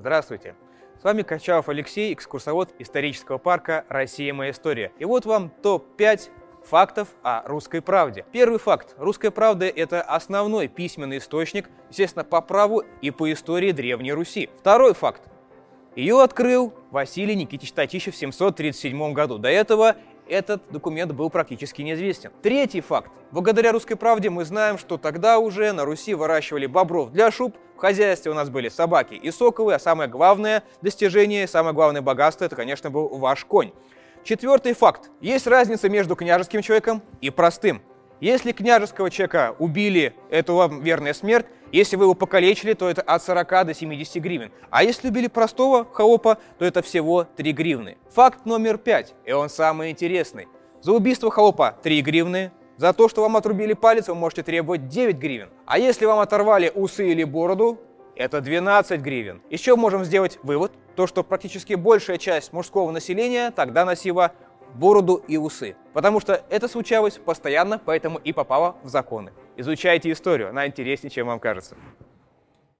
Здравствуйте! С вами Качалов Алексей, экскурсовод исторического парка «Россия. Моя история». И вот вам топ-5 фактов о «Русской правде». Первый факт. «Русская правда» — это основной письменный источник, естественно, по праву и по истории Древней Руси. Второй факт. Ее открыл Василий Никитич Татищев в 737 году. До этого этот документ был практически неизвестен. Третий факт. Благодаря «Русской правде» мы знаем, что тогда уже на Руси выращивали бобров для шуб, в хозяйстве у нас были собаки и соколы, а самое главное достижение, самое главное богатство — это, конечно, был ваш конь. Четвертый факт. Есть разница между княжеским человеком и простым. Если княжеского человека убили, это вам верная смерть. Если вы его покалечили, то это от 40 до 70 гривен. А если убили простого холопа, то это всего 3 гривны. Факт номер 5, и он самый интересный. За убийство холопа 3 гривны. За то, что вам отрубили палец, вы можете требовать 9 гривен. А если вам оторвали усы или бороду, это 12 гривен. Еще можем сделать вывод, то что практически большая часть мужского населения тогда носила бороду и усы. Потому что это случалось постоянно, поэтому и попало в законы. Изучайте историю, она интереснее, чем вам кажется.